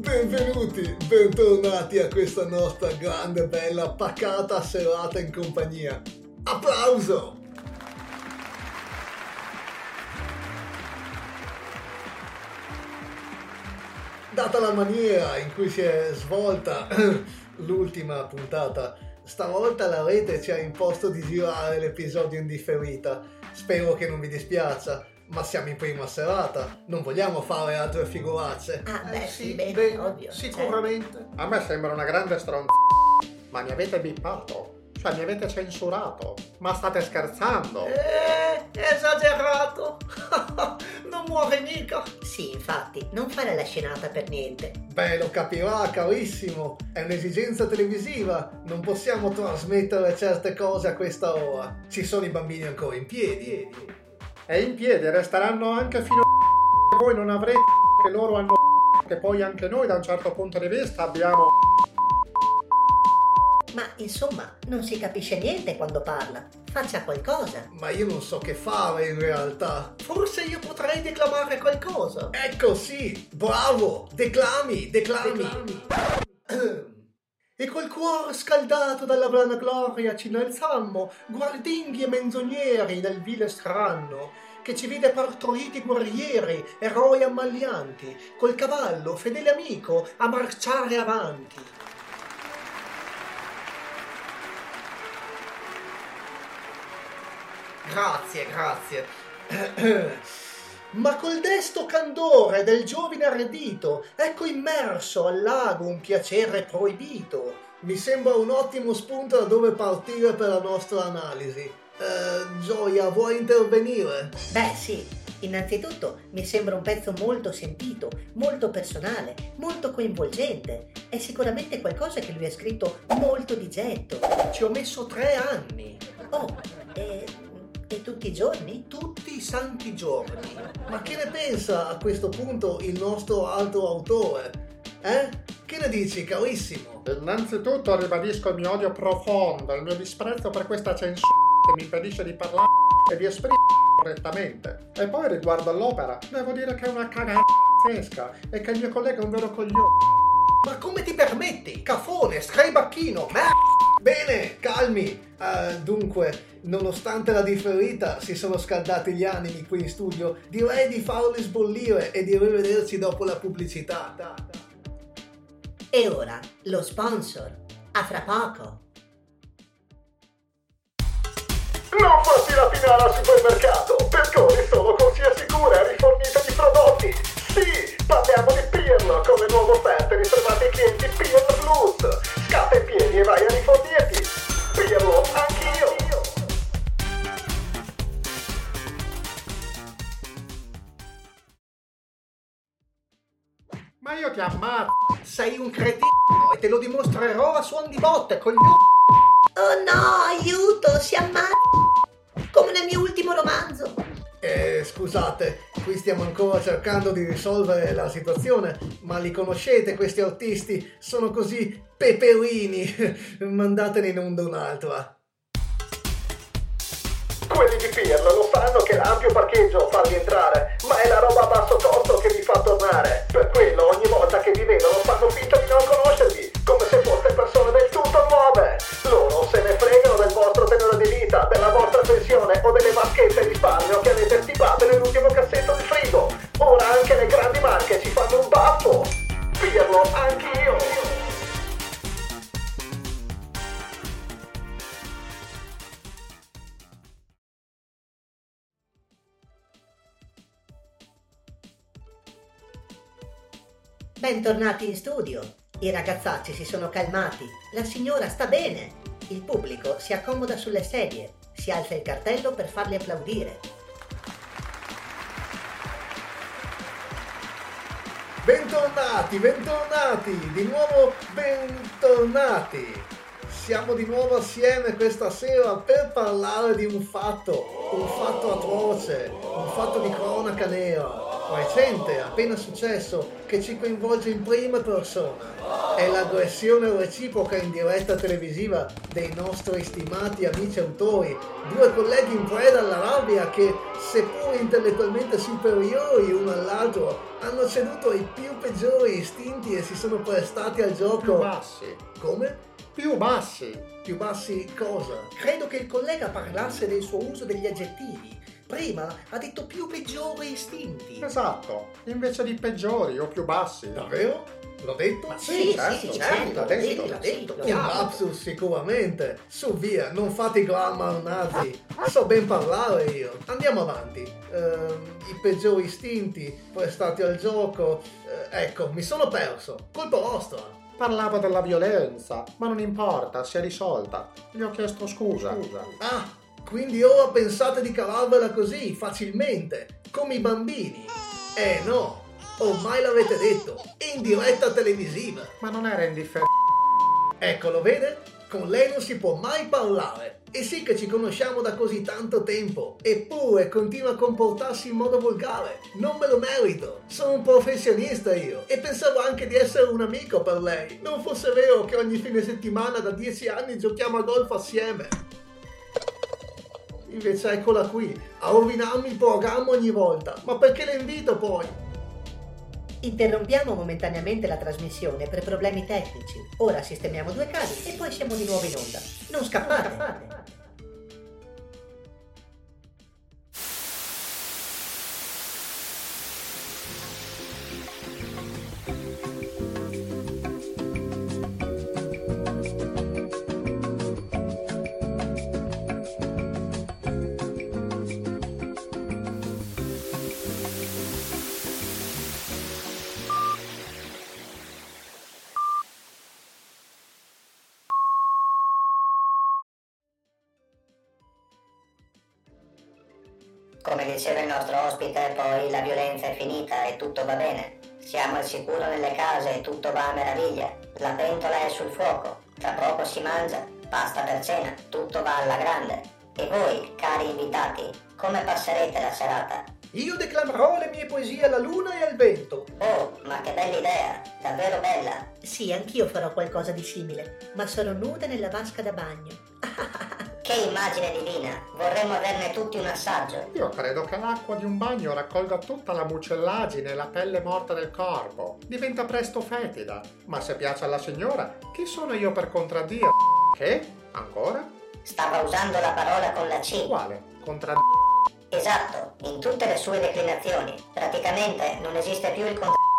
Benvenuti, bentornati a questa nostra grande, bella, pacata serata in compagnia. Applauso! Data la maniera in cui si è svolta l'ultima puntata, stavolta la rete ci ha imposto di girare l'episodio in differita. Spero che non vi dispiaccia, ma siamo in prima serata, non vogliamo fare altre figuracce. Sì, bene, ovvio. Sicuramente. Certo. A me sembra una grande ma mi avete bippato. Cioè mi avete censurato. Ma state scherzando? Esagerato. Non muore mica. Sì, infatti, non fare la scenata per niente. Beh, lo capirà, carissimo. È un'esigenza televisiva. Non possiamo trasmettere certe cose a questa ora. Ci sono i bambini ancora in piedi. E in piedi resteranno anche fino a voi non avrete che loro hanno che poi anche noi da un certo punto di vista abbiamo. Ma insomma, non si capisce niente quando parla. Faccia qualcosa. Ma io non so che fare in realtà. Forse io potrei declamare qualcosa. Ecco, sì, bravo, declami. E col cuore scaldato dalla vanagloria ci innalzammo, guardinghi e menzogneri nel vile stranno, che ci vide partoriti guerrieri, eroi ammaglianti, col cavallo, fedele amico, a marciare avanti. Grazie. Ma col desto candore del giovine arredito, ecco immerso al lago un piacere proibito. Mi sembra un ottimo spunto da dove partire per la nostra analisi. Gioia, vuoi intervenire? Beh, sì. Innanzitutto mi sembra un pezzo molto sentito, molto personale, molto coinvolgente. È sicuramente qualcosa che lui ha scritto molto di getto. Ci ho messo 3 anni. Oh, e tutti i giorni? Tutti i santi giorni. Ma che ne pensa a questo punto il nostro altro autore? Che ne dici, carissimo? Innanzitutto ribadisco il mio odio profondo, il mio disprezzo per questa censura che mi impedisce di parlare e di esprimere correttamente. E poi riguardo all'opera, devo dire che è una cagata pazzesca e che il mio collega è un vero coglione. Ma come ti permetti? Cafone, scraibacchino, Bene, calmi. Dunque, nonostante la differita si sono scaldati gli animi qui in studio, direi di farli sbollire e di rivederci dopo la pubblicità. E ora, lo sponsor. A fra poco. Non farti la finale al supermercato, percorri solo con sia sicura e rifornita di prodotti. Sì, parliamo di Pirlo con le nuove offerte riservate ai clienti Pirlo Plus. Scappa in piedi e vai a rifornirti. Pirlo, anch'io. Ma io ti ammazzo. sei un cretino e te lo dimostrerò a suon di botte, coglione. Oh no, aiuto, si ammazza! Come nel mio ultimo romanzo. Scusate, qui stiamo ancora cercando di risolvere la situazione, ma li conoscete questi artisti? Sono così peperini. Mandatene in onda un'altra. Quelli di Pirlo lo sanno che l'ampio parcheggio fa rientrare, ma è la roba a basso costo che vi fa tornare. Per quello ogni volta che vi vedono fanno finta di non conoscervi, come se foste persone del tutto nuove. Loro se ne fregano del vostro tenore di vita, della vostra pensione o delle vaschette risparmio che avete stipato nell'ultimo cassetto di frigo. Ora anche le grandi marche ci fanno un baffo. Pirlo, anch'io. Bentornati in studio. I ragazzacci si sono calmati. La signora sta bene. Il pubblico si accomoda sulle sedie. Si alza il cartello per farli applaudire. Bentornati, di nuovo bentornati. Siamo di nuovo assieme questa sera per parlare di un fatto atroce, un fatto di cronaca nera. recente, appena successo, che ci coinvolge in prima persona. È l'aggressione reciproca in diretta televisiva dei nostri stimati amici autori, due colleghi in preda alla rabbia che, seppur intellettualmente superiori uno all'altro, hanno ceduto ai più peggiori istinti e si sono prestati al gioco. Più bassi. Come? Più bassi. Più bassi cosa? Credo che il collega parlasse del suo uso degli aggettivi. Prima ha detto più peggiori istinti. Esatto, invece di peggiori o più bassi. Davvero? L'ho detto? Ma sì, certo, l'ha detto. Un lapsus sicuramente. Su via, non fate grammar nazi. So ben parlare io. Andiamo avanti. I peggiori istinti, prestati al gioco. Ecco, mi sono perso. Colpa vostra. Parlavo della violenza, ma non importa, si è risolta. Gli ho chiesto scusa. Ah, quindi ora pensate di cavarvela così, facilmente, come i bambini. No, ormai l'avete detto, in diretta televisiva. Ma non era indifferente. Ecco, lo vede? Con lei non si può mai parlare. E sì che ci conosciamo da così tanto tempo. Eppure continua a comportarsi in modo volgare. Non me lo merito. Sono un professionista io. E pensavo anche di essere un amico per lei. Non fosse vero che ogni fine settimana da 10 anni giochiamo a golf assieme. Invece eccola qui, a rovinarmi il programma ogni volta. Ma perché le invito poi? Interrompiamo momentaneamente la trasmissione per problemi tecnici. Ora sistemiamo due cavi e poi siamo di nuovo in onda. Non scappate! Come diceva il nostro ospite, poi la violenza è finita e tutto va bene. Siamo al sicuro nelle case e tutto va a meraviglia. La pentola è sul fuoco, tra poco si mangia, pasta per cena, tutto va alla grande. E voi, cari invitati, come passerete la serata? Io declamerò le mie poesie alla luna e al vento. Oh, ma che bella idea, davvero bella. Sì, anch'io farò qualcosa di simile, ma sarò nuda nella vasca da bagno. Che immagine divina, vorremmo averne tutti un assaggio. Io credo che l'acqua di un bagno raccolga tutta la mucellagine e la pelle morta del corpo. Diventa presto fetida. Ma se piace alla signora, chi sono io per contraddire? Che? Ancora? Stava usando la parola con la C. Quale? Esatto, in tutte le sue declinazioni. Praticamente non esiste più il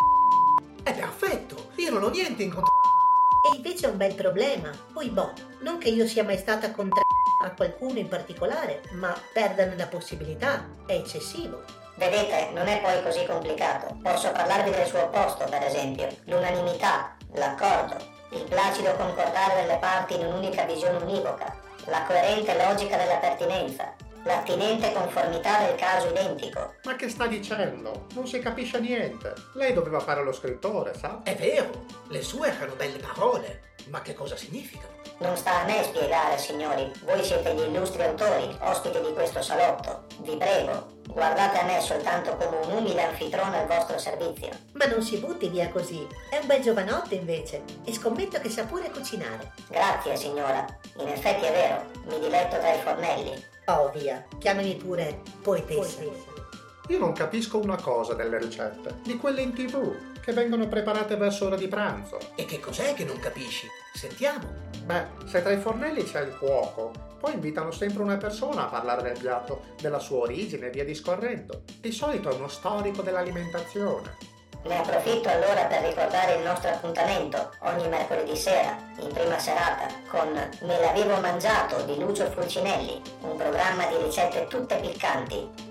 È perfetto, io non ho niente in contra. E invece è un bel problema. Poi non che io sia mai stata contra a qualcuno in particolare, ma perderne la possibilità è eccessivo. Vedete, non è poi così complicato. Posso parlarvi del suo opposto, per esempio. L'unanimità, l'accordo, il placido concordare delle parti in un'unica visione univoca, la coerente logica della pertinenza, l'attinente conformità del caso identico. Ma che sta dicendo? Non si capisce niente. Lei doveva fare lo scrittore, sa? È vero, le sue erano belle parole, ma che cosa significano? Non sta a me spiegare, signori. Voi siete gli illustri autori, ospiti di questo salotto. Vi prego, guardate a me soltanto come un umile anfitrione al vostro servizio. Ma non si butti via così. È un bel giovanotto invece, e scommetto che sa pure cucinare. Grazie, signora. In effetti è vero, mi diletto tra i fornelli. Oh, via, chiamami pure poetessa. Io non capisco una cosa delle ricette, di quelle in TV, che vengono preparate verso ora di pranzo. E che cos'è che non capisci? Sentiamo. Beh, se tra i fornelli c'è il cuoco, poi invitano sempre una persona a parlare del piatto, della sua origine e via discorrendo. Di solito è uno storico dell'alimentazione. Ne approfitto allora per ricordare il nostro appuntamento ogni mercoledì sera, in prima serata, con Me l'avevo mangiato di Lucio Fulcinelli, un programma di ricette tutte piccanti.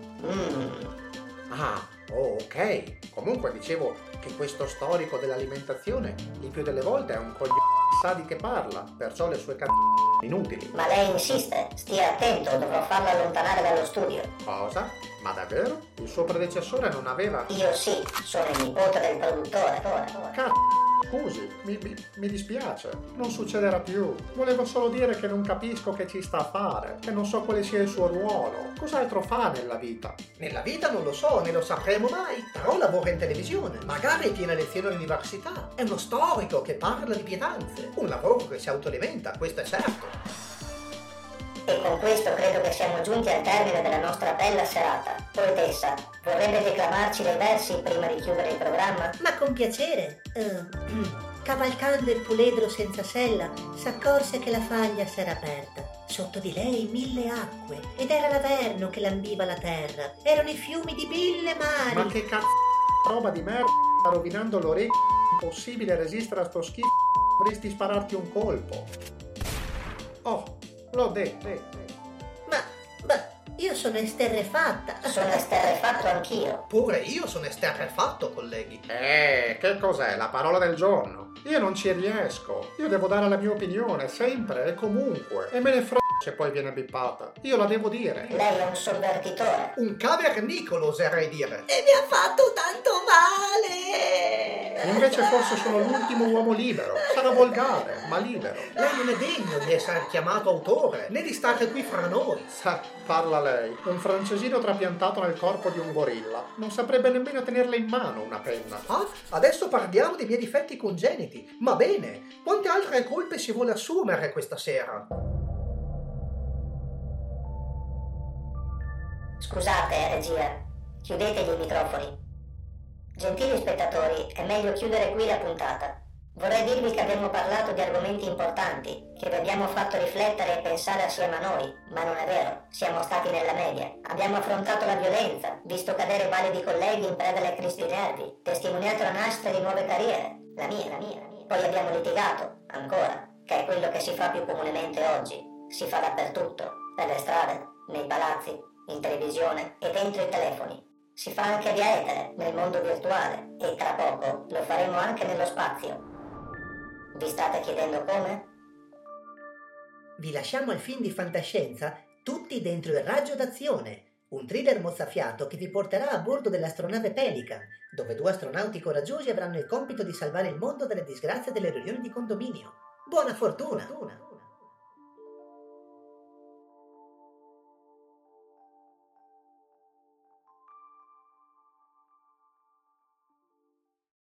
Ah, ok. Comunque dicevo che questo storico dell'alimentazione il più delle volte è un sa di che parla, perciò le sue inutili. Ma lei insiste, stia attento, dovrò farlo allontanare dallo studio. Cosa? Ma davvero? Il suo predecessore non aveva... Io sì, sono il nipote del produttore. Cazzo! Scusi, mi dispiace, non succederà più. Volevo solo dire che non capisco che ci sta a fare, che non so quale sia il suo ruolo. Cos'altro fa nella vita? Nella vita non lo so, né lo sapremo mai, però lavora in televisione. Magari tiene lezioni all'università. È uno storico che parla di pietanze. Un lavoro che si autoalimenta, questo è certo. E con questo credo che siamo giunti al termine della nostra bella serata. Poetessa, vorrebbe declamarci dei versi prima di chiudere il programma? Ma con piacere. Cavalcando il puledro senza sella, s'accorse che la faglia s'era aperta. Sotto di lei 1000 acque, ed era l'Averno che lambiva la terra. Erano i fiumi di 1000 mari. Ma che cazzo roba di merda, sta rovinando l'orecchio. Impossibile resistere a sto schifo. Dovresti spararti un colpo. Oh, l'ho detto. Ma io sono esterrefatta. Sono esterrefatto anch'io. Pure io sono esterrefatto, colleghi. Che cos'è? La parola del giorno? Io non ci riesco. Io devo dare la mia opinione, sempre e comunque. E me ne se poi viene bippata. Io la devo dire. Lei è un sovvertitore. Un cavernicolo, oserei dire. E mi ha fatto tanto male. Invece forse sono l'ultimo uomo libero. Sarà volgare, ma libero. Lei non è degno di essere chiamato autore, né di stare qui fra noi. Sa, parla lei. Un francesino trapiantato nel corpo di un gorilla. Non saprebbe nemmeno tenerla in mano una penna. Ah, adesso parliamo dei miei difetti congeniti. Ma bene, quante altre colpe si vuole assumere questa sera? Scusate, regia, chiudetegli i microfoni. Gentili spettatori, è meglio chiudere qui la puntata. Vorrei dirvi che abbiamo parlato di argomenti importanti, che vi abbiamo fatto riflettere e pensare assieme a noi, ma non è vero, siamo stati nella media. Abbiamo affrontato la violenza, visto cadere validi colleghi in preda alle crisi di nervi, testimoniato la nascita di nuove carriere, la mia. Poi abbiamo litigato, ancora, che è quello che si fa più comunemente oggi. Si fa dappertutto, nelle strade, nei palazzi, in televisione e dentro i telefoni. Si fa anche via etere, nel mondo virtuale, e tra poco lo faremo anche nello spazio. Vi state chiedendo come? Vi lasciamo al film di fantascienza Tutti dentro il raggio d'azione, un thriller mozzafiato che vi porterà a bordo dell'astronave Pelican, dove 2 astronauti coraggiosi avranno il compito di salvare il mondo dalle disgrazie delle riunioni di condominio. Buona fortuna!